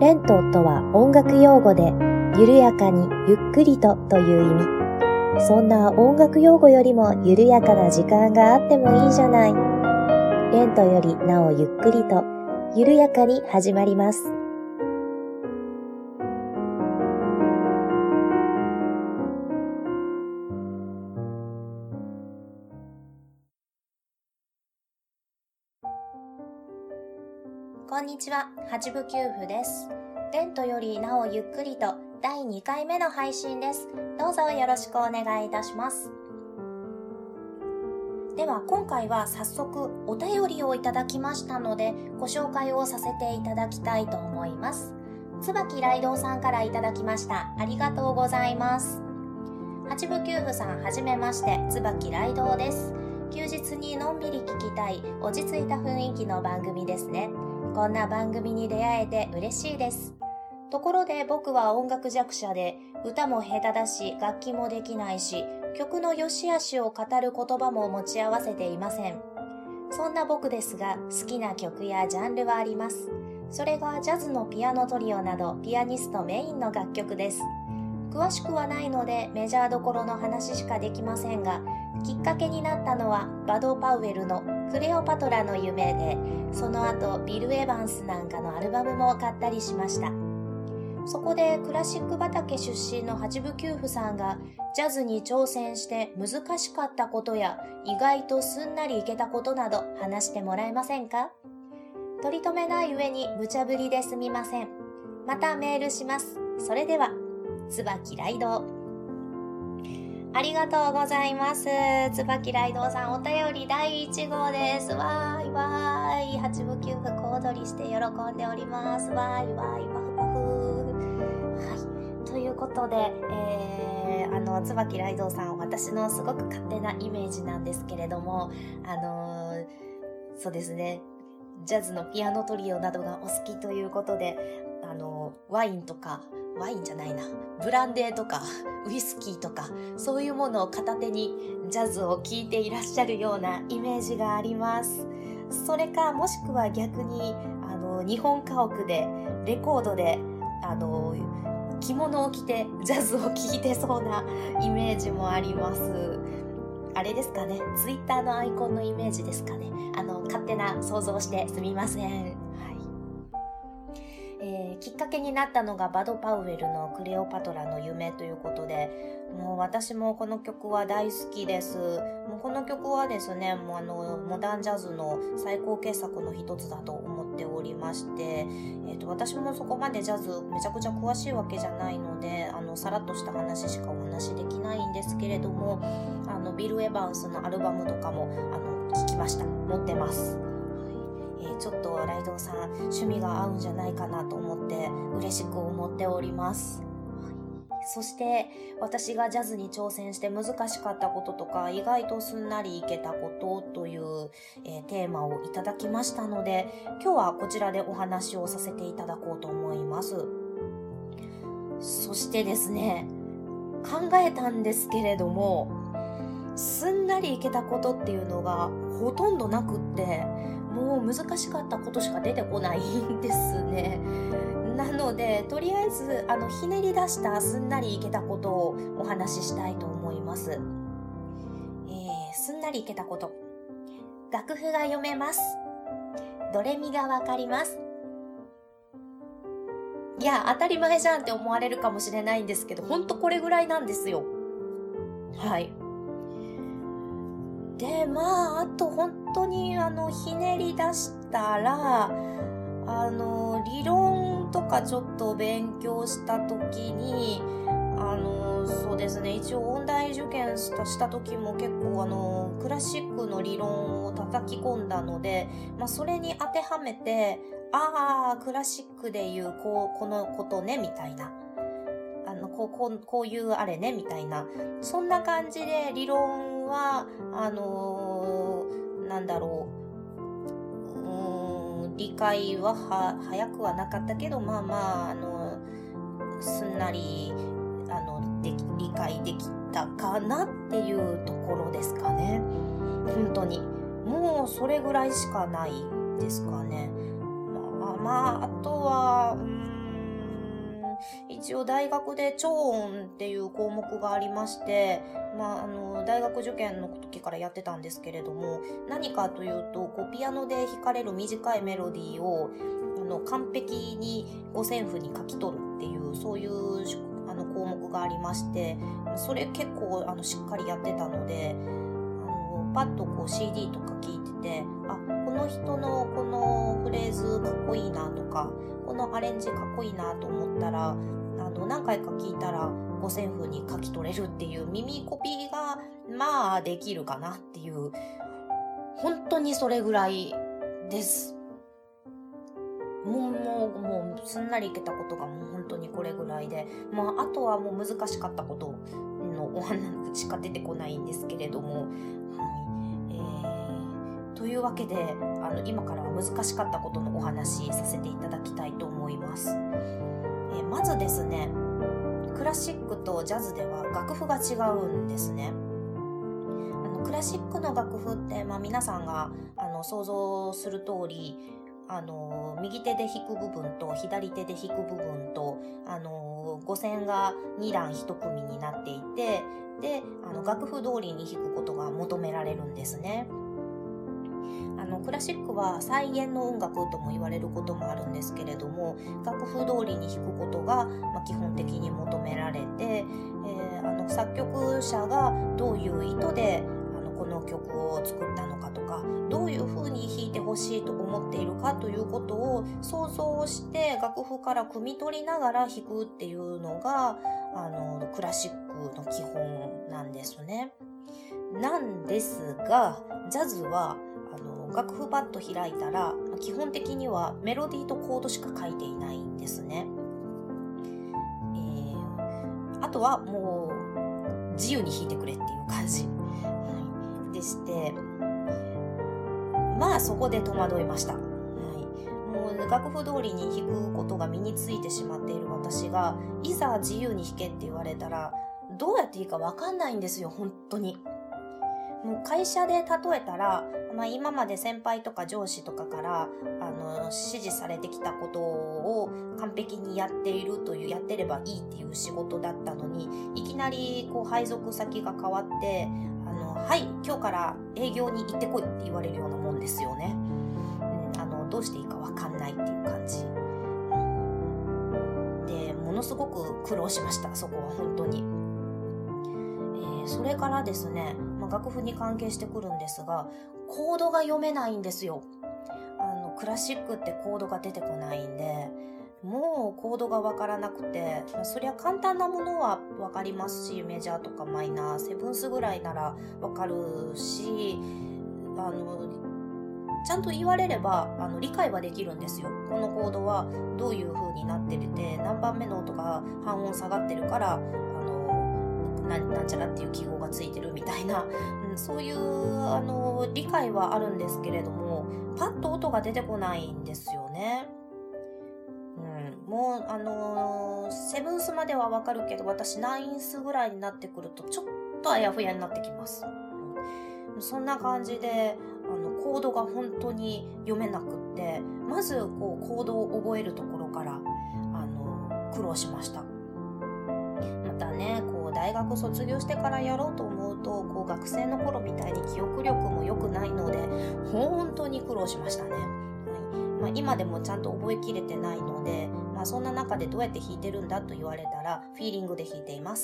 レントとは音楽用語で、緩やかにゆっくりとという意味。そんな音楽用語よりも緩やかな時間があってもいいじゃない。レントよりなおゆっくりと、緩やかに始まります。こんにちは、八部九夫です。レントよりなおゆっくりと第2回目の配信です。どうぞよろしくお願いいたします。では今回は早速お便りをいただきましたのでご紹介をさせていただきたいと思います。椿雷道さんからいただきました。ありがとうございます。八部九夫さんはじめまして、椿雷道です。休日にのんびり聞きたい落ち着いた雰囲気の番組ですね。こんな番組に出会えて嬉しいです。ところで僕は音楽弱者で歌も下手だし楽器もできないし曲の良し悪しを語る言葉も持ち合わせていません。そんな僕ですが好きな曲やジャンルはあります。それがジャズのピアノトリオなどピアニストメインの楽曲です。詳しくはないのでメジャーどころの話しかできませんが、きっかけになったのはバド・パウエルのクレオパトラの夢で、その後ビル・エヴァンスなんかのアルバムも買ったりしました。そこでクラシック畑出身の八部九夫さんがジャズに挑戦して難しかったことや意外とすんなりいけたことなど話してもらえませんか？取り留めない上に無茶ぶりですみません。またメールします。それでは、椿雷道。ありがとうございます。椿雷道さん、お便り第1号です。わーいわーい。八部九夫小躍りして喜んでおります。わーいわーい、パフパフ。はい。ということで、椿雷道さん、私のすごく勝手なイメージなんですけれども、そうですね、ジャズのピアノトリオなどがお好きということで、ワインじゃないな、ブランデーとかウイスキーとかそういうものを片手にジャズを聴いていらっしゃるようなイメージがあります。それかもしくは逆に日本家屋でレコードで着物を着てジャズを聴いてそうなイメージもあります。あれですかね、ツイッターのアイコンのイメージですかね。勝手な想像してすみません。きっかけになったのがバド・パウエルのクレオパトラの夢ということで、もう私もこの曲は大好きです。もうこの曲はですね、もうモダンジャズの最高傑作の一つだと思っておりまして、私もそこまでジャズめちゃくちゃ詳しいわけじゃないので、さらっとした話しかお話できないんですけれども、ビル・エヴァンスのアルバムとかも聴きました。持ってます。ちょっとライドさん趣味が合うんじゃないかなと思って嬉しく思っております。そして私がジャズに挑戦して難しかったこととか意外とすんなりいけたことという、テーマをいただきましたので、今日はこちらでお話をさせていただこうと思います。そしてですね、考えたんですけれども、すんなりいけたことっていうのがほとんどなくって、もう難しかったことしか出てこないんですね。なのでとりあえずひねり出したすんなりいけたことをお話ししたいと思います。すんなりいけたこと。楽譜が読めます。ドレミがわかります。いや、当たり前じゃんって思われるかもしれないんですけど、ほんとこれぐらいなんですよ。はい。で、あと本当にひねり出したら、理論とかちょっと勉強した時に、そうですね、一応音大受験した時も結構クラシックの理論を叩き込んだので、それに当てはめて、クラシックでいうこのことねみたいな、こういうあれねみたいな、そんな感じで理論は理解は早くはなかったけど、すんなり理解できたかなっていうところですかね。本当にもうそれぐらいしかないですかね。あとは一応大学で超音っていう項目がありまして、大学受験の時からやってたんですけれども、何かというと、ピアノで弾かれる短いメロディーを完璧に五線譜に書き取るっていう、そういう項目がありまして、それ結構しっかりやってたので、パッとCD とか聞いてて、この人のこのフレーズかっこいいなとか、このアレンジかっこいいなと思ったら、何回か聞いたら五線譜に書き取れるっていう耳コピーができるかなっていう、本当にそれぐらいです。もうすんなりいけたことがもう本当にこれぐらいで、あとはもう難しかったことのお話しか出てこないんですけれども、というわけで今からは難しかったことのお話させていただきたいと思います。まずですね、クラシックとジャズでは楽譜が違うんですね。クラシックの楽譜って、皆さんが想像する通り、右手で弾く部分と左手で弾く部分と五線が2段1組になっていて、で楽譜通りに弾くことが求められるんですね。クラシックは再現の音楽とも言われることもあるんですけれども、楽譜通りに弾くことが、基本的に求められて、作曲者がどういう意図でこの曲を作ったのかとか、どういう風に弾いてほしいと思っているかということを想像して楽譜から汲み取りながら弾くっていうのがクラシックの基本なんですね。なんですが、ジャズは楽譜パッと開いたら基本的にはメロディーとコードしか書いていないんですね。あとはもう自由に弾いてくれっていう感じでして、そこで戸惑いました。もう楽譜通りに弾くことが身についてしまっている私が、いざ自由に弾けって言われたらどうやっていいか分かんないんですよ、本当に。もう会社で例えたら、今まで先輩とか上司とかから指示されてきたことを完璧にやっているという、やってればいいっていう仕事だったのに、いきなり配属先が変わって、はい、今日から営業に行ってこいって言われるようなもんですよね。どうしていいか分かんないっていう感じで、ものすごく苦労しました、そこは本当に。それからですね、楽譜に関係してくるんですが、コードが読めないんですよ。クラシックってコードが出てこないんで、もうコードがわからなくて、そりゃ簡単なものはわかりますし、メジャーとかマイナー、セブンスぐらいならわかるし、ちゃんと言われれば理解はできるんですよ。このコードはどういう風になってて、何番目の音が半音下がってるからなんちゃらっていう記号がついてるみたいな、そういう理解はあるんですけれども、パッと音が出てこないんですよね。もうセブンスまではわかるけど、私ナインスぐらいになってくるとちょっとあやふやになってきます。そんな感じでコードが本当に読めなくって、まずコードを覚えるところから苦労しました。またね、大学卒業してからやろうと思うと、学生の頃みたいに記憶力も良くないので、本当に苦労しましたね。今でもちゃんと覚えきれてないので、そんな中でどうやって弾いてるんだと言われたら、フィーリングで弾いています。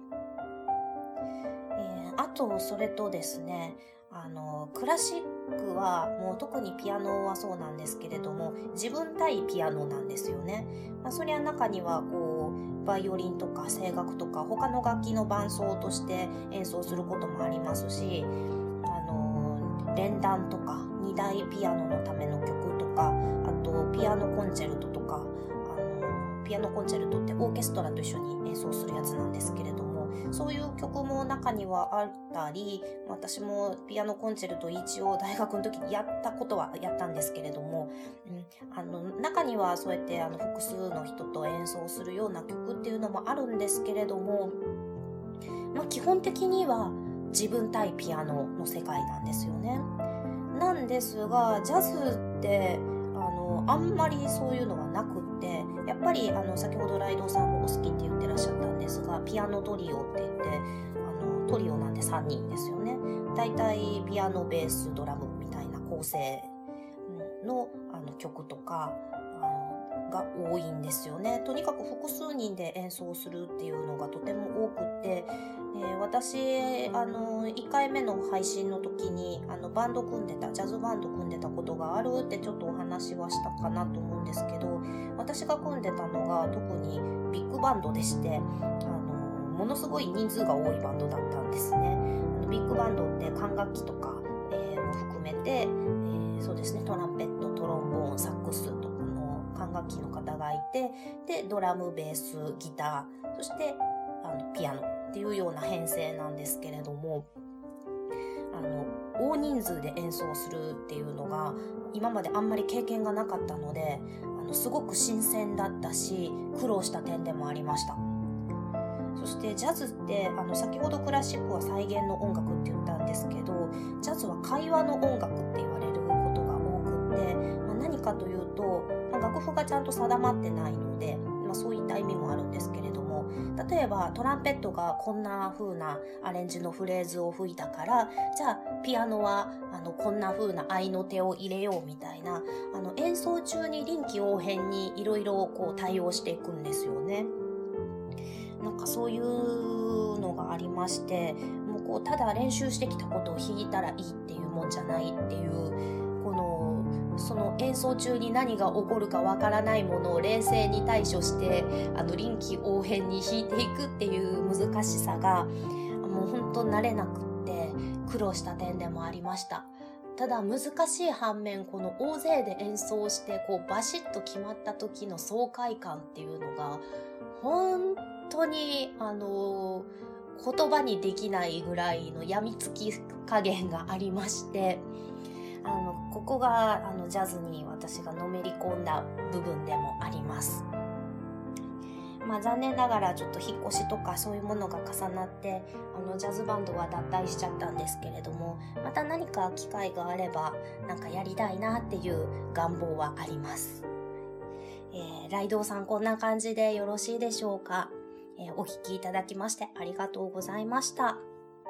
あと、それとですね、クラシックはもう特にピアノはそうなんですけれども、自分対ピアノなんですよね。そりゃ中にはバイオリンとか声楽とか他の楽器の伴奏として演奏することもありますし、連弾とか2台ピアノのための曲とか、あとピアノコンチェルトとか、ピアノコンチェルトってオーケストラと一緒に演奏するやつなんですけれども、そういう曲も中にはあったり、私もピアノコンチェルト一応大学の時にやったことはやったんですけれども、中にはそうやって複数の人と演奏するような曲っていうのもあるんですけれども、基本的には自分対ピアノの世界なんですよね。なんですが、ジャズってあんまりそういうのはなくって、 やっぱり先ほどライドさんもお好きって言ってらっしゃったんですが、ピアノトリオって言ってトリオなんで3人ですよね。だいたいピアノ、ベース、ドラムみたいな構成の曲とかが多いんですよね。とにかく複数人で演奏するっていうのがとても多くって、私1回目の配信の時にバンド組んでた、ジャズバンド組んでたことがあるってちょっとお話はしたかなと思うんですけど、私が組んでたのが特にビッグバンドでして、ものすごい人数が多いバンドだったんですね。ビッグバンドって管楽器とか、も含めて、そうですね、トランペット、トロンボーン、サックスとかの管楽器の方がいて、でドラム、ベース、ギター、そしてピアノっていうような編成なんですけれども、大人数で演奏するっていうのが今まであんまり経験がなかったので、すごく新鮮だったし苦労した点でもありました。そしてジャズって先ほどクラシックは再現の音楽って言ったんですけど、ジャズは会話の音楽って言われることが多くって、何かというと、楽譜がちゃんと定まってないので、そういった意味もあるんですけれども、例えばトランペットがこんな風なアレンジのフレーズを吹いたから、じゃあピアノはこんな風な合いの手を入れようみたいな、演奏中に臨機応変にいろいろ対応していくんですよね。なんかそういうのがありまして、もうただ練習してきたことを弾いたらいいっていうもんじゃないっていう、その演奏中に何が起こるかわからないものを冷静に対処して臨機応変に弾いていくっていう難しさがもう本当慣れなくって苦労した点でもありました。ただ難しい反面、この大勢で演奏してバシッと決まった時の爽快感っていうのが本当に言葉にできないぐらいの病みつき加減がありまして、ここがジャズに私がのめり込んだ部分でもあります。残念ながらちょっと引っ越しとかそういうものが重なってジャズバンドは脱退しちゃったんですけれども、また何か機会があればなんかやりたいなっていう願望はあります。ライドウさん、こんな感じでよろしいでしょうか。お聞きいただきましてありがとうございました。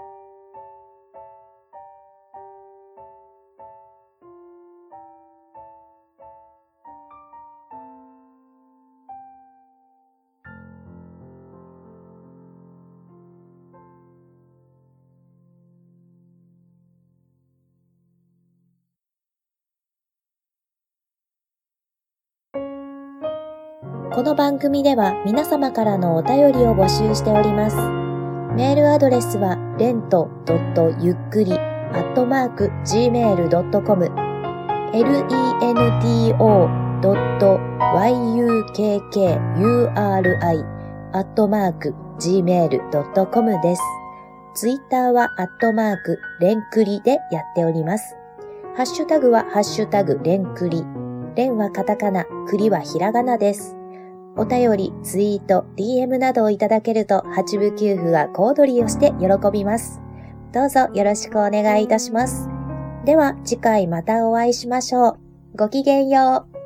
この番組では皆様からのお便りを募集しております。メールアドレスはlento.yukkuri@gmail.com lento.yukkuri@gmail.com です。ツイッターはレンクリでやっております。ハッシュタグはハッシュタグレンクリ。レンはカタカナ、クリはひらがなです。お便り、ツイート、DM などをいただけると八部九夫が小躍りをして喜びます。どうぞよろしくお願いいたします。では次回またお会いしましょう。ごきげんよう。